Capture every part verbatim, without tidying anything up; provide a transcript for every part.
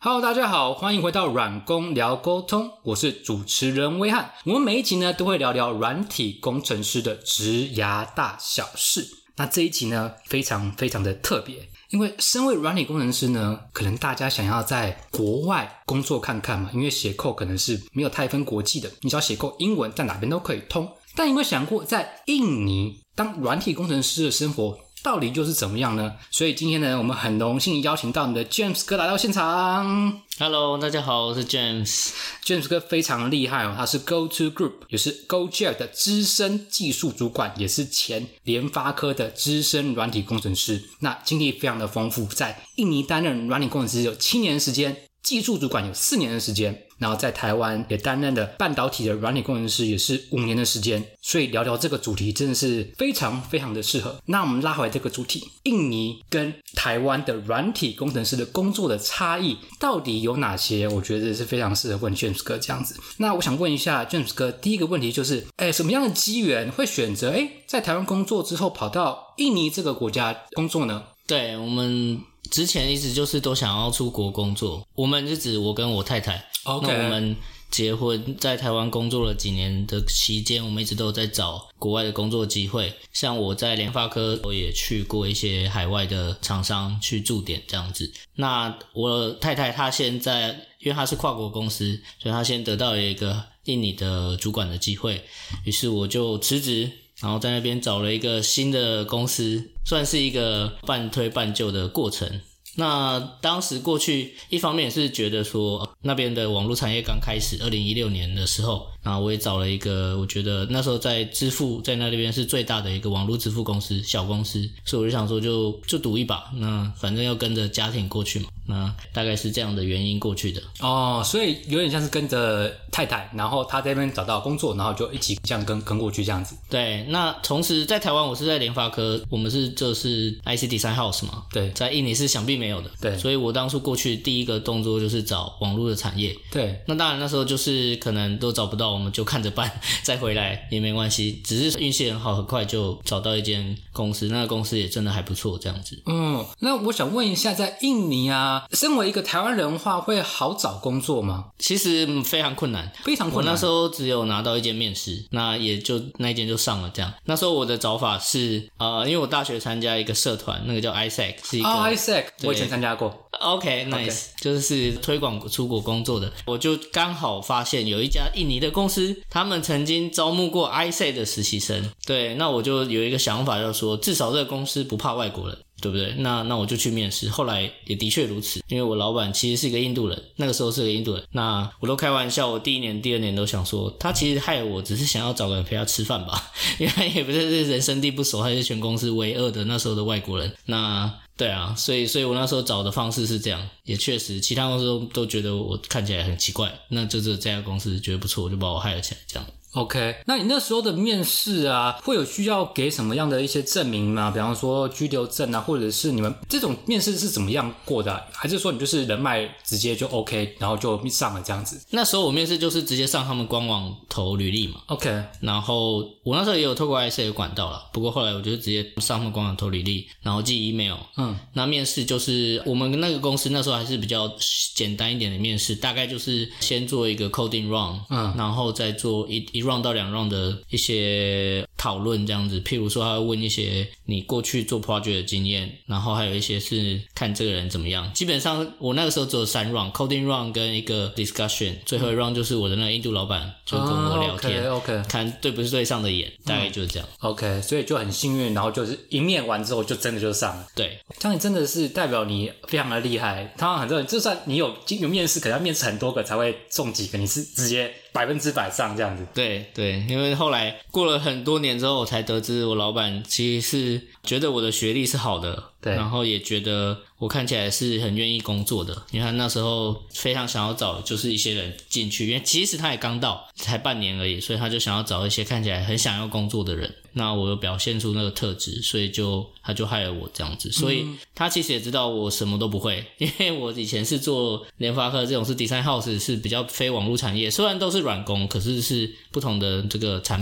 Hello， 大家好，欢迎回到软工聊沟通，我是主持人威汉。我们每一集呢都会聊聊软体工程师的职涯大小事。那这一集呢非常非常的特别，因为身为软体工程师呢，可能大家想要在国外工作看看嘛，因为写扣可能是没有太分国际的，你只要写扣英文在哪边都可以通。但有没有想过在印尼当软体工程师的生活到底就是怎么样呢？所以今天呢，我们很荣幸邀请到我们的 James 哥来到现场。 Hello， 大家好，我是 James。 James 哥非常厉害哦，他是 GoToGroup 也是 Gojek 的资深技术主管，也是前联发科的资深软体工程师。那经历非常的丰富，在印尼担任软体工程师有七年的时间，技术主管有四年的时间，然后在台湾也担任了半导体的软体工程师，也是五年的时间。所以聊聊这个主题真的是非常非常的适合。那我们拉回来这个主题，印尼跟台湾的软体工程师的工作的差异到底有哪些？我觉得是非常适合问 James 哥这样子。那我想问一下 James 哥，第一个问题就是诶什么样的机缘会选择诶在台湾工作之后跑到印尼这个国家工作呢？ 对，我们之前一直就是都想要出国工作，我们是指我跟我太太。 OK， 那我们结婚在台湾工作了几年的期间，我们一直都有在找国外的工作机会。像我在联发科，我也去过一些海外的厂商去驻点这样子。那我太太她现在因为她是跨国公司，所以她先得到了一个印尼的主管的机会，于是我就辞职，然后在那边找了一个新的公司，算是一个半推半就的过程。那当时过去一方面也是觉得说那边的网络产业刚开始，二零一六年的时候，然后我也找了一个我觉得那时候在支付在那边是最大的一个网络支付公司，小公司，所以我就想说就就赌一把，那反正要跟着家庭过去嘛，那大概是这样的原因过去的。 哦，所以有点像是跟着太太，然后她在那边找到工作，然后就一起这样跟跟过去这样子。 对，那同时在台湾我是在联发科，我们是这是 I C Design House 嘛， 对， 在印尼是想必没有的， 对， 所以我当初过去第一个动作就是找网络的产业。 对， 那当然那时候就是可能都找不到，我们就看着办，再回来也没关系，只是运气很好，很快就找到一间公司，那个公司也真的还不错这样子。 嗯，那我想问一下，在印尼啊，身为一个台湾人的话，会好找工作吗？ 其实、嗯、非常困难， 非常困难。 我那时候只有拿到一间面试，那也就那一间就上了这样。那时候我的找法是呃，因为我大学参加一个社团，那个叫 I S A C， 是一个哦 I S A C， 我以前参加过。 OK nice， okay. 就是推广出国工作的。我就刚好发现有一家印尼的公司，他们曾经招募过 I S A C 的实习生。对，那我就有一个想法，就是说至少这个公司不怕外国人，对不对？那那我就去面试，后来也的确如此，因为我老板其实是一个印度人，那个时候是个印度人。那我都开玩笑，我第一年第二年都想说他其实害我只是想要找个人陪他吃饭吧，因为他也不是人生地不熟，他是全公司唯二的那时候的外国人。那对啊，所以所以我那时候找的方式是这样，也确实其他公司 都, 都觉得我看起来很奇怪，那就这家公司觉得不错，我就把我害了起来这样。 OK， 那你那时候的面试啊，会有需要给什么样的一些证明吗？比方说居留证啊，或者是你们这种面试是怎么样过的啊？还是说你就是人脉直接就 OK， 然后就上了这样子？ 那时候我面试就是直接上他们官网投履历嘛。 OK， 然后我那时候也有透过 I S A 的管道啦，不过后来我就直接上他们官网投履历，然后寄 email。嗯，那面试就是我们那个公司那时候还是比较简单一点的面试，大概就是先做一个 coding run， 嗯，然后再做一一 round 到两 round 的一些讨论这样子，譬如说他会问一些你过去做 project 的经验，然后还有一些是看这个人怎么样。基本上我那个时候只有三 round， coding round 跟一个 discussion， 最后一 round 就是我的那个印度老板就跟我聊天， 哦、okay, okay. 看对不是对上的眼，大概就是这样。 嗯、OK， 所以就很幸运，然后就是一面完之后就真的就上了。 对， 这样真的是代表你非常的厉害。通常很多人就算你有有面试，可能要面试很多个才会中几个，你是直接百分之百上这样子。 对对，因为后来过了很多年之后，我才得知我老板其实是觉得我的学历是好的，对，然后也觉得我看起来是很愿意工作的，因为他那时候非常想要找就是一些人进去，因为其实他也刚到才半年而已，所以他就想要找一些看起来很想要工作的人。那我有表现出那个特质，所以就他就害了我这样子。所以他其实也知道我什么都不会，因为我以前是做联发科这种是 Design House， 是比较非网络产业，虽然都是软工，可是是不同的这个产品嘛。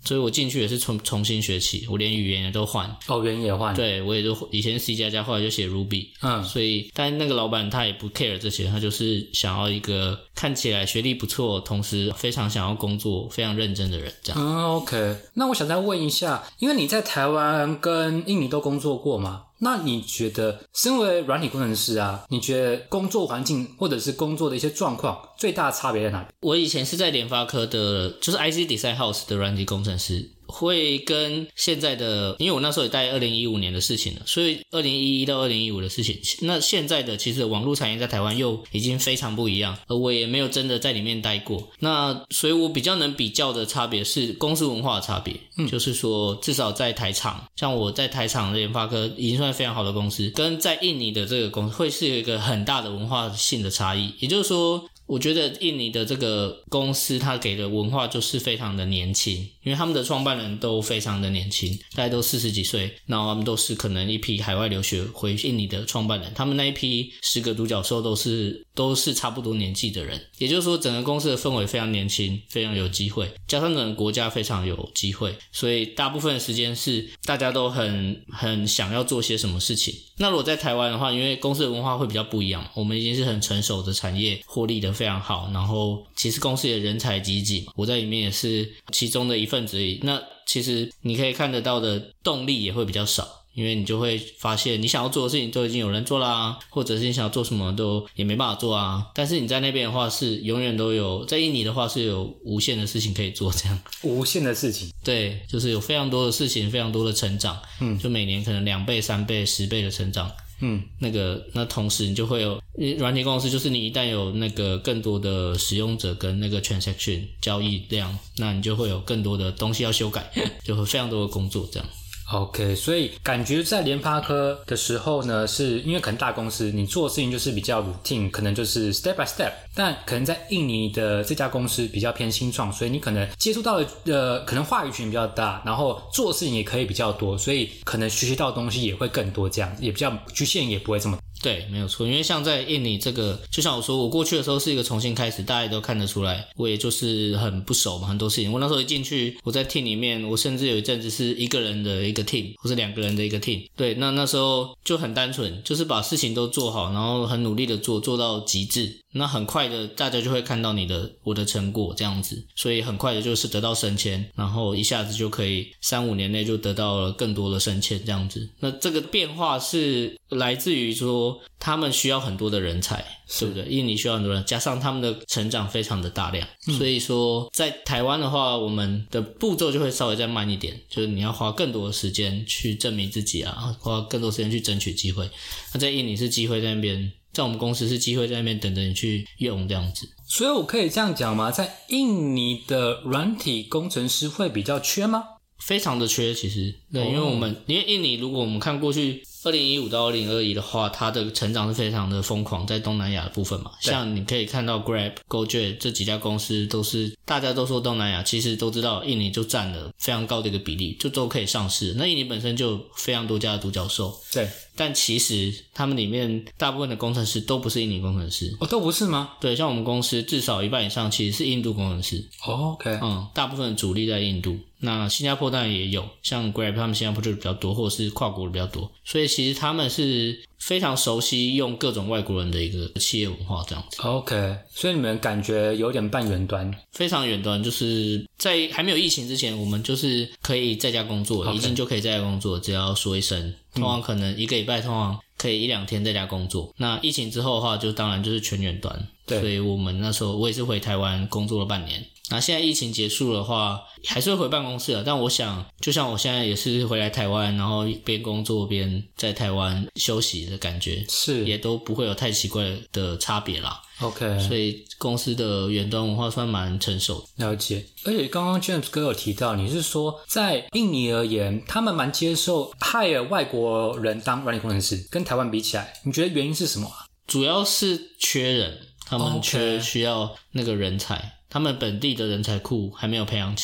所以我进去也是重重新学起，我连语言也都换。 哦，语言也换。 对，我也就以前 C 加加，后来就写 Ruby。嗯，所以但那个老板他也不 care 这些，他就是想要一个看起来学历不错，同时非常想要工作、非常认真的人，这样。 嗯 ，OK。那我想再问一下，因为你在台湾跟印尼都工作过嘛？那你觉得身为软体工程师啊，你觉得工作环境或者是工作的一些状况最大的差别在哪里？ 我以前是在联发科的，就是 I C Design House 的软体工程师，会跟现在的，因为我那时候也带二零一五年的事情了，所以二零一一到二零一五的事情，那现在的其实网络产业在台湾又已经非常不一样，而我也没有真的在里面待过，那所以我比较能比较的差别是公司文化的差别，嗯，就是说至少在台厂，像我在台厂的联发科已经算非常好的公司，跟在印尼的这个公司会是有一个很大的文化性的差异，也就是说我觉得印尼的这个公司它给的文化就是非常的年轻，因为他们的创办人都非常的年轻，大概都四十几岁，然后他们都是可能一批海外留学回印尼的创办人，他们那一批十个独角兽都是都是差不多年纪的人，也就是说整个公司的氛围非常年轻，非常有机会，加上整个国家非常有机会，所以大部分的时间是大家都很很想要做些什么事情。那如果在台湾的话，因为公司的文化会比较不一样，我们已经是很成熟的产业，获利的非常好，然后其实公司也人才济济，我在里面也是其中的一份子而已，那其实你可以看得到的动力也会比较少，因为你就会发现你想要做的事情都已经有人做啦，或者是你想要做什么都也没办法做啊，但是你在那边的话是永远都有，在印尼的话是有无限的事情可以做，这样无限的事情， 对，就是有非常多的事情，非常多的成长，嗯，就每年可能两倍三倍十倍的成长，嗯，那个那同时你就会有软体公司，就是你一旦有那个更多的使用者跟那个 transaction 交易量，那你就会有更多的东西要修改，就会非常多的工作这样。 OK， 所以感觉在联发科的时候呢，是因为可能大公司你做的事情就是比较 routine， 可能就是 step by step， 但可能在印尼的这家公司比较偏新创，所以你可能接触到的呃可能话语权比较大，然后做的事情也可以比较多，所以可能学习到的东西也会更多，这样也比较局限也不会这么。 对，没有错，因为像在印尼这个，就像我说，我过去的时候是一个重新开始，大家也都看得出来，我也就是很不熟嘛，很多事情。我那时候一进去，我在 team 里面，我甚至有一阵子是一个人的一个 team， 或是两个人的一个 team。对，那那时候就很单纯，就是把事情都做好，然后很努力的做，做到极致。那很快的，大家就会看到你的我的成果这样子，所以很快的就是得到升迁，然后一下子就可以三五年内就得到了更多的升迁这样子。那这个变化是来自于说他们需要很多的人才，对不对？印尼需要很多人，加上他们的成长非常的大量，嗯、所以说在台湾的话，我们的步骤就会稍微再慢一点，就是你要花更多的时间去证明自己啊，花更多时间去争取机会。那在印尼是机会在那边。在我们公司是机会在那边等着你去用这样子， 所以我可以这样讲吗？在印尼的软体工程师会比较缺吗？ 非常的缺，其实对，因为我们因为印尼如果我们看过去二零一五到二零二一的话，它的成长是非常的疯狂，在东南亚的部分嘛，像你可以看到 Grab、Gojek 这几家公司都是大家都说东南亚，其实都知道印尼就占了非常高的一个比例，就都可以上市。那印尼本身就有非常多家的独角兽， 对。 但其实他们里面大部分的工程师都不是印尼工程师哦，都不是吗？ 对，像我们公司至少一半以上其实是印度工程师。 哦 OK， 嗯，大部分的主力在印度。那新加坡当然也有，像 Grab 他们新加坡就比较多，或者是跨国的比较多，所以其实他们是非常熟悉用各种外国人的一个企业文化这样子。 OK， 所以你们感觉有点半远端， 非常远端，就是在还没有疫情之前，我们就是可以在家工作， okay. 已经就可以在家工作，只要说一声，通常可能一个礼拜通常可以一两天在家工作。那疫情之后的话，就当然就是全远端。对，所以我们那时候我也是回台湾工作了半年。那现在疫情结束的话，还是会回办公室的，但我想就像我现在也是回来台湾，然后边工作边在台湾休息的感觉， 是也都不会有太奇怪的差别啦。 OK， 所以公司的远端文化算蛮成熟的。 了解。而且刚刚 James 哥有提到，你是说在印尼而言，他们蛮接受 hire 外国人当软体工程师，跟台湾比起来，你觉得原因是什么啊？ 主要是缺人，他们缺需要那个人才。Okay. 他们本地的人才库还没有培养起来，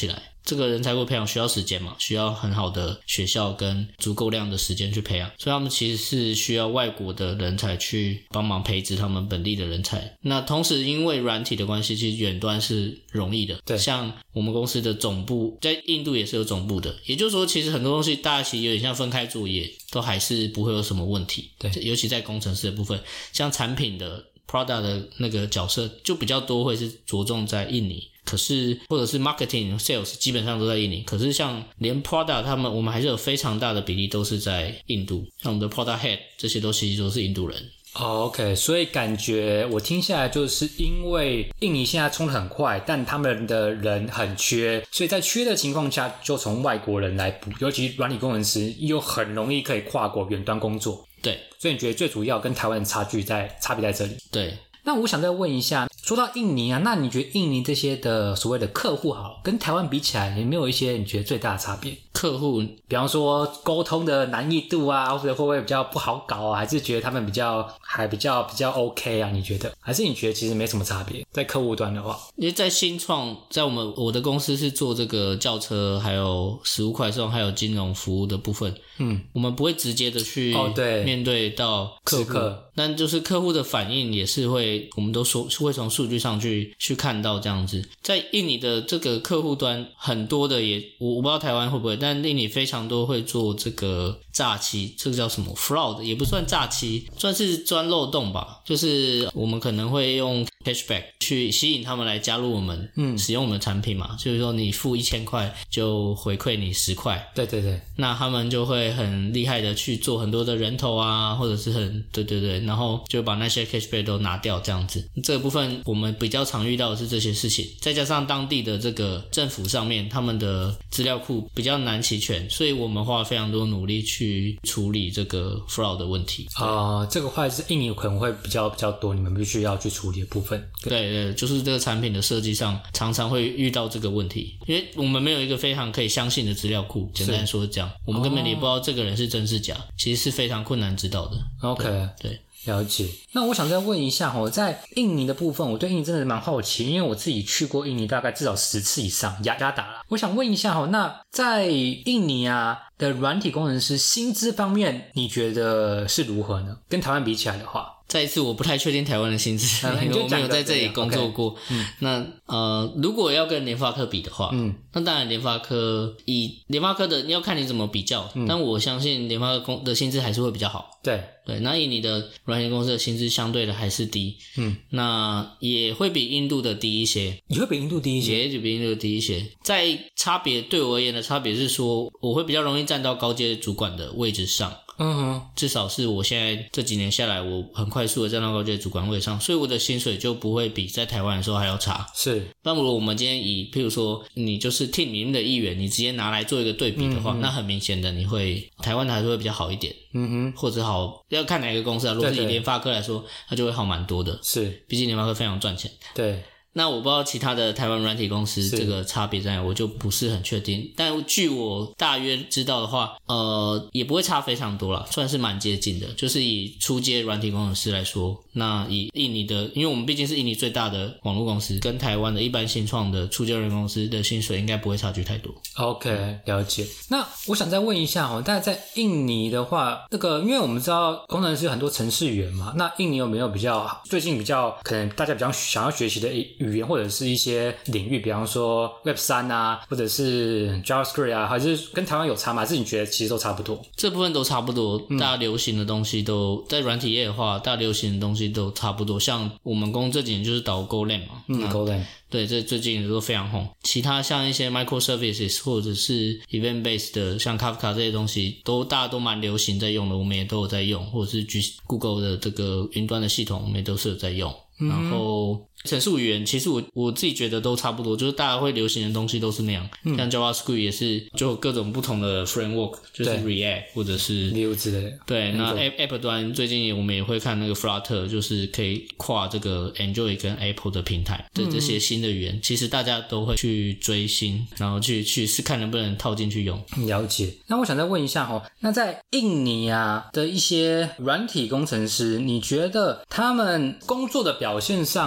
这个人才库培养需要时间嘛，需要很好的学校跟足够量的时间去培养，所以他们其实是需要外国的人才去帮忙培植他们本地的人才。那同时因为软体的关系，其实远端是容易的， 对， 像我们公司的总部在印度也是有总部的，也就是说其实很多东西大家其实有点像分开作业，都还是不会有什么问题。 对， 尤其在工程师的部分，像产品的 product 的那个角色就比较多会是着重在印尼，可是或者是 marketing sales 基本上都在印尼，可是像连 product 他们我们还是有非常大的比例都是在印度，像我们的 product head 这些都其实都是印度人。 哦 OK， 所以感觉我听下来就是因为印尼现在冲得很快，但他们的人很缺，所以在缺的情况下就从外国人来补，尤其软体工程师又很容易可以跨国远端工作。 对， 所以你觉得最主要跟台湾的差距在差别在这里。 对， 那我想再问一下，说到印尼啊，那你觉得印尼这些的所谓的客户好，跟台湾比起来有没有一些你觉得最大的差别？ 客户比方说沟通的难易度啊，或者会不会比较不好搞啊，还是觉得他们比较还比较比较 OK 啊，你觉得？还是你觉得其实没什么差别在客户端的话？ 因为在新创，在我们我的公司是做这个轿车还有食物快送还有金融服务的部分， 嗯， 我们不会直接的去哦对面对到客户， 客但就是客户的反应也是会，我们都说会从数据上去去看到这样子。在印尼的这个客户端很多的也我我不知道台湾会不会，但印尼非常多会做这个诈欺，这个叫什么 fraud， 也不算诈欺，算是钻漏洞吧，就是我们可能会用 cashback 去吸引他们来加入我们，嗯，使用我们的产品嘛，就是说你付一千块就回馈你十块， 对对对， 那他们就会很厉害的去做很多的人头啊，或者是很对对对，然后就把那些 cashback 都拿掉这样子。这个部分我们比较常遇到的是这些事情，再加上当地的这个政府上面他们的资料库比较难齐全，所以我们花了非常多努力去处理这个 fraud 的问题。 啊、呃，这个话是印尼可能会比较比较多，你们必须要去处理的部分。 对对，就是这个产品的设计上常常会遇到这个问题，因为我们没有一个非常可以相信的资料库，简单说是这样，我们根本也不知道这个人是真是假，其实是非常困难知道的。 OK， 对。对， 了解。那我想再问一下齁，在印尼的部分，我对印尼真的蛮好奇，因为我自己去过印尼大概至少十次以上，雅加达啦。我想问一下齁，那在印尼啊的软体工程师薪资方面，你觉得是如何呢？跟台湾比起来的话。 再一次，我不太确定台湾的薪资，因为我没有在这里工作过。嗯、那呃，如果要跟联发科比的话，嗯，那当然联发科以联发科的，你要看你怎么比较。嗯、但我相信联发科的薪资还是会比较好。 对对，那印尼的软件公司的薪资相对的还是低，嗯，那也会比印度的低一些， 也会比印度低一些， 也比印度的低一些。在差别对我而言的差别是说，我会比较容易站到高阶主管的位置上。嗯哼，至少是我现在这几年下来，我很快速的站到高阶主管位上，所以我的薪水就不会比在台湾的时候还要差。是，那如果我们今天以譬如说你就是 team 里面的一员，你直接拿来做一个对比的话，嗯、那很明显的你会台湾的还是会比较好一点。嗯哼，或者好要看哪个公司啊，如果是以联发科来说，它就会好蛮多的。是，毕竟联发科非常赚钱。对。那我不知道其他的台湾软体公司这个差别在哪，我就不是很确定。但据我大约知道的话，呃，也不会差非常多啦，算是蛮接近的。就是以初阶软体工程师来说，那以印尼的，因为我们毕竟是印尼最大的网络公司，跟台湾的一般新创的初阶软体公司的薪水应该不会差距太多。OK， 了解。那我想再问一下哦，但是在印尼的话，那个因为我们知道工程师有很多程式员嘛，那印尼有没有比较最近比较可能大家比较想要学习的语言或者是一些领域，比方说 Web 三 啊，或者是 JavaScript 啊，还是跟台湾有差吗？还是你觉得其实都差不多？这部分都差不多，大家流行的东西都、嗯、在软体业的话，大家流行的东西都差不多。像我们公这几年就是导 Golang 嘛，嗯 Golang。对，这最近都非常红。其他像一些 microservices 或者是 event based 的，像 Kafka 这些东西，都大家都蛮流行在用的，我们也都有在用，或者是 Google 的这个云端的系统，我们也都是有在用。嗯、然后程式语言其实我我自己觉得都差不多，就是大家会流行的东西都是那样、嗯、像 JavaScript 也是就有各种不同的 framework， 就是 React 或者是 Vue 之类的。对，那 App, App 端最近我们也会看那个 Flutter， 就是可以跨这个 Android 跟 Apple 的平台的这些新的语言、嗯、其实大家都会去追星，然后去去试看能不能套进去用。了解。那我想再问一下齁，那在印尼啊的一些软体工程师，你觉得他们工作的表现上啊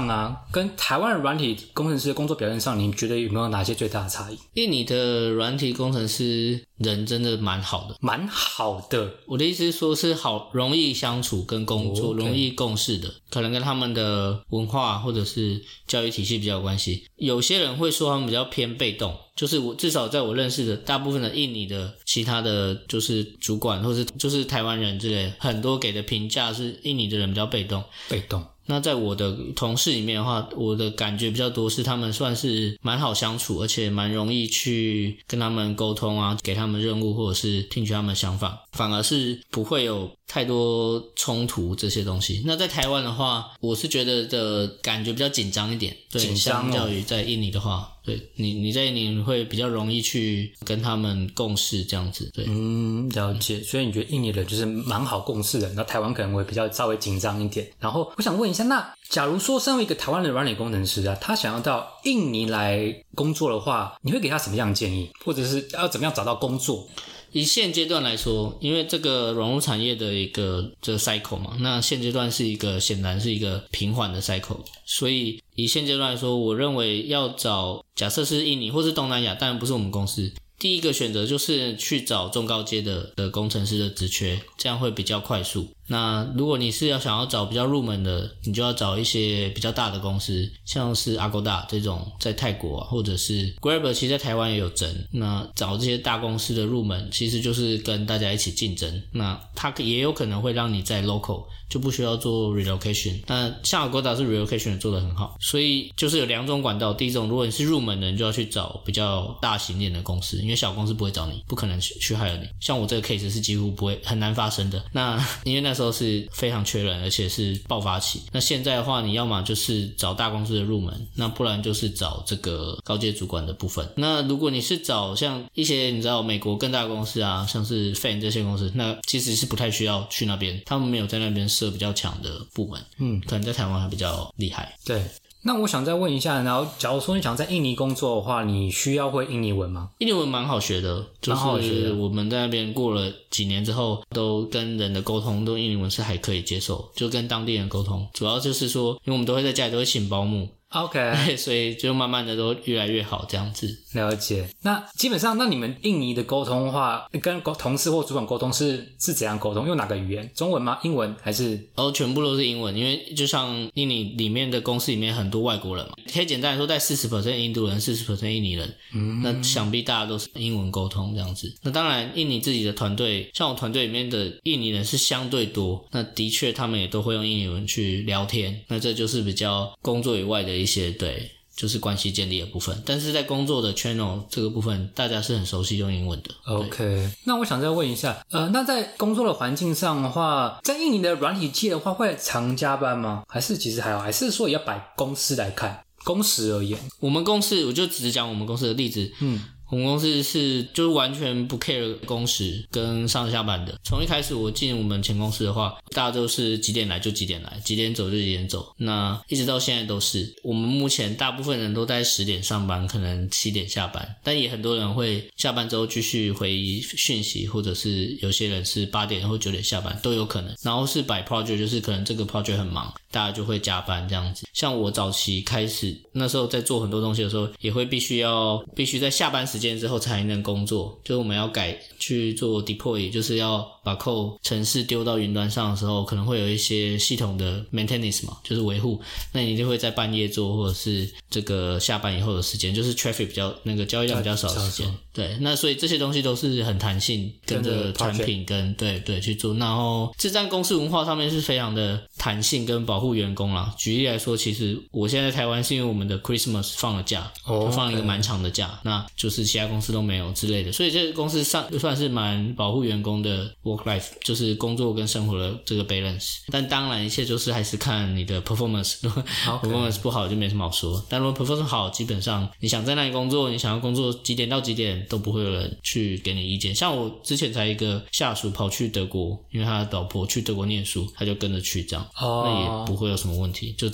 跟台湾的软体工程师的工作表现上，你觉得有没有哪些最大的差异？ 印尼的软体工程师人真的蛮好的， 蛮好的。 我的意思是说，是好容易相处跟工作、 oh, okay. 容易共事的，可能跟他们的文化或者是教育体系比较有关系。有些人会说他们比较偏被动，就是我至少在我认识的大部分的印尼的其他的就是主管或是就是台湾人之类的，很多给的评价是印尼的人比较被动。 被动。 那在我的同事里面的话，我的感觉比较多是他们算是蛮好相处，而且蛮容易去跟他们沟通啊，给他们任务或者是听取他们想法，反而是不会有太多冲突这些东西。那在台湾的话，我是觉得的感觉比较紧张一点，对， 紧张相较于在印尼的话，对你你在印尼会比较容易去跟他们共事这样子，对， 嗯，了解。所以你觉得印尼人就是蛮好共事的，然后台湾可能会比较稍微紧张一点。然后我想问一下，那假如说身为一个台湾的软体工程师啊，他想要到印尼来工作的话，你会给他什么样的建议，或者是要怎么样找到工作？ 以现阶段来说，因为这个网络产业的一个这个 cycle 嘛，那现阶段是一个显然是一个平缓的 cycle， 所以以现阶段来说，我认为要找假设是印尼或是东南亚，当然不是我们公司，第一个选择就是去找中高阶的的工程师的职缺，这样会比较快速。那如果你是要想要找比较入门的，你就要找一些比较大的公司，像是 Agoda 这种在泰国啊，或者是 Grab 其实在台湾也有争。那找这些大公司的入门，其实就是跟大家一起竞争。那它也有可能会让你在 local 就不需要做 relocation。那像 Agoda 是 relocation 做得很好，所以就是有两种管道。第一种，如果你是入门的，你就要去找比较大型点的公司，因为小公司不会找你，不可能去去 hire 你。像我这个 case 是几乎不会很难发生的。那因为那时候是非常缺人，而且是爆发期。那现在的话，你要么就是找大公司的入门，那不然就是找这个高阶主管的部分。那如果你是找像一些你知道美国更大的公司啊，像是 F A N 这些公司，那其实是不太需要去那边，他们没有在那边设比较强的部门，嗯，可能在台湾还比较厉害。 对。那我想再问一下，然后假如说你想在印尼工作的话，你需要会印尼文吗？ 印尼文蛮好学的，就是我们在那边过了几年之后，都跟人的沟通都印尼文是还可以接受，就跟当地人沟通。主要就是说，因为我们都会在家里都会请保姆。 OK， 所以就慢慢的都越来越好这样子。 了解。那基本上，那你们印尼的沟通的话，跟同事或主管沟通是是怎样沟通？用哪个语言？中文吗？英文还是？ 哦，全部都是英文，因为就像印尼里面的公司里面很多外国人嘛，可以简单来说，在 百分之四十 印度人 百分之四十 印尼人，嗯，那想必大家都是英文沟通这样子。那当然，印尼自己的团队，像我团队里面的印尼人是相对多，那的确他们也都会用印尼文去聊天，那这就是比较工作以外的一些对，就是关系建立的部分。但是在工作的 channel 这个部分，大家是很熟悉用英文的。 OK， 那我想再问一下，呃，那在工作的环境上的话，在印尼的软体界的话，会常加班吗？还是其实还好？还是说也要摆公司来看，工时而言？ 我们公司，我就只讲我们公司的例子。嗯。我们公司是就是完全不 care 工时跟上下班的。从一开始我进我们前公司的话，大家都是几点来就几点来，几点走就几点走。那一直到现在都是。我们目前大部分人都在十点上班，可能七点下班，但也很多人会下班之后继续回讯息，或者是有些人是八点或九点下班都有可能。然后是摆 project， 就是可能这个 project 很忙，大家就会加班这样子。像我早期开始那时候在做很多东西的时候，也会必须要必须在下班时间之后才能工作，就是我们要改去做 deploy， 就是要把 code 程式丢到云端上的时候，可能会有一些系统的 maintenance 嘛，就是维护，那你就会在半夜做，或者是这个下班以后的时间，就是 traffic 比较那个交易量比较少的时间。对，那所以这些东西都是很弹性，跟着产品跟对对去做。然后这在公司文化上面是非常的弹性跟保护员工啦。举例来说，其实我现在在台湾是因为我们的 Christmas 放了假，就放了一个蛮长的假，那就是其他公司都没有之类的，所以这个公司上就算是蛮保护员工的 work life， 就是工作跟生活的这个 balance。但当然一切就是还是看你的 performance， performance 不好就没什么好说。但如果 performance 好，基本上你想在那里工作，你想要工作几点到几点都不会有人去给你意见。像我之前才一个下属跑去德国，因为他的老婆去德国念书，他就跟着去这样，哦，那也不会有什么问题，就只要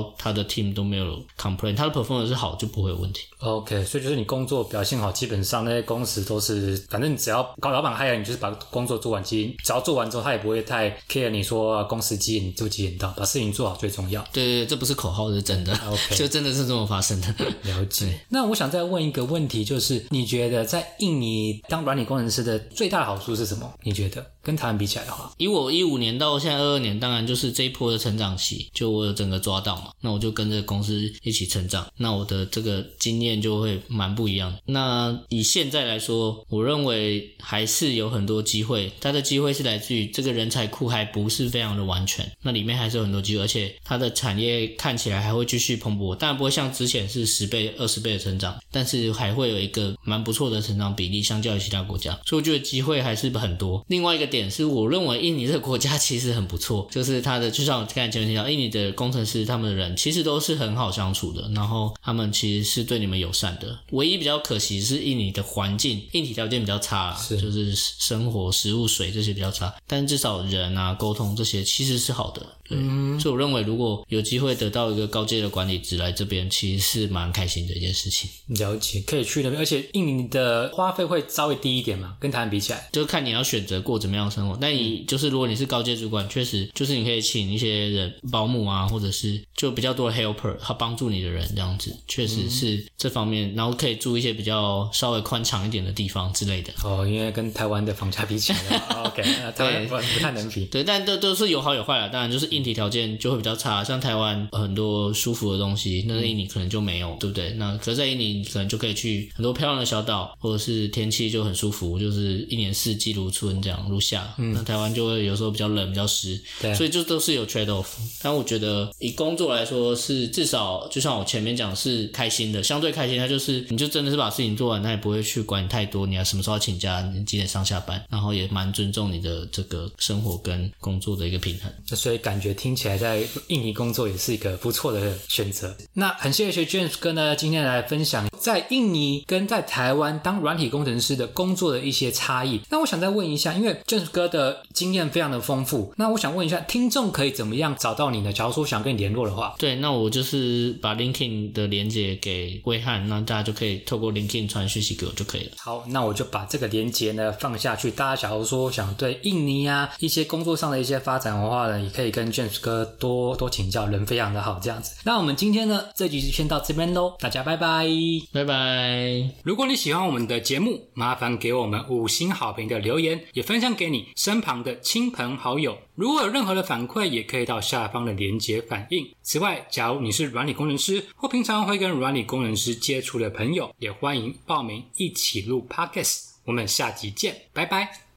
到他的 team 都没有 complain， 他的 performance 是好就不会有问题。 OK， 所以就是你工作表现好，基本上那些公司都是，反正只要搞老板hire你，就是把工作做完，其实只要做完之后，他也不会太 care 你说公司几点你就几点到，把事情做好最重要。 对对对，这不是口号，是真的。OK， 就真的是这么发生的。 了解。那我想再问一个问题，就是你觉得在印尼当软体工程师的最大的好处是什么？你觉得跟台湾比起来的话？ 以我一五年到现在二二年，当然就是这一波的成长期，就我有整个抓到嘛，那我就跟着公司一起成长，那我的这个经验就会蛮不一样。那以现在来说，我认为还是有很多机会，它的机会是来自于这个人才库还不是非常的完全，那里面还是有很多机会，而且它的产业看起来还会继续蓬勃，当然不会像之前是十倍二十倍的成长，但是还会有一个蛮不错的成长比例，相较于其他国家，所以我觉得机会还是很多。另外一个点是，我认为印尼这个国家其实很不错，就是它的就像我刚才前面提到，印尼的工程师他们的人其实都是很好相处的，然后他们其实是对你们友善的。唯一比较可惜是印尼的环境硬体条件比较差啦，是就是生活食物水这些比较差，但至少人啊沟通这些其实是好的。对、嗯，所以我认为如果有机会得到一个高阶的管理职来这边，其实是蛮开心的一件事情。 了解，可以去那边，而且印尼的花费会稍微低一点嘛，跟台湾比起来， 就看你要选择过怎么样的生活。但你就是如果你是高阶主管，确实就是你可以请一些人保姆啊，或者是就比较多的 helper， 他帮助你的人这样子，确实是这方面，然后可以住一些比较稍微宽敞一点的地方之类的。 哦，因为跟台湾的房价比起来的话，OK， 呃，台湾不太能比。 对，但都都是有好有坏啦，当然就是硬体条件就会比较差，像台湾很多舒服的东西，那在印尼可能就没有，对不对？那可是在印尼可能就可以去很多漂亮的小岛，或者是天气就很舒服，就是一年四季如春这样如夏。嗯，那台湾就会有时候比较冷比较湿，对，所以就都是有 trade off。但我觉得以工作来说是至少就像我前面讲是开心的，相对开心，它就是你就真的是把事情做完，他也不会去管你太多，你要什么时候要请假，你几点上下班，然后也蛮尊重你的这个生活跟工作的一个平衡。 所以感觉听起来在印尼工作也是一个不错的选择。那很谢谢 James 哥呢今天来分享在印尼跟在台湾当软体工程师的工作的一些差异。那我想再问一下，因为 James 哥的经验非常的丰富，那我想问一下听众可以怎么样找到你呢？假如说想跟你联络的话。 对，那我就是把 LinkedIn 的连结给威汉，那大家就可以透过 LinkedIn 传讯息给我就可以了。 好，那我就把这个连结呢放下去，大家假如说想对印尼啊一些工作上的一些发展的话呢，也可以跟 James 哥多多请教，人非常的好这样子。那我们今天呢这集就先到这边咯，大家拜拜拜拜。 如果你喜欢我们的节目，麻烦给我们五星好评的留言，也分享给你身旁的亲朋好友。如果有任何的反馈，也可以到下方的连结反映。此外，假如你是软体工程师或平常会跟软体工程师接触的朋友，也欢迎报名一起录 Podcast。我们下集见，拜拜。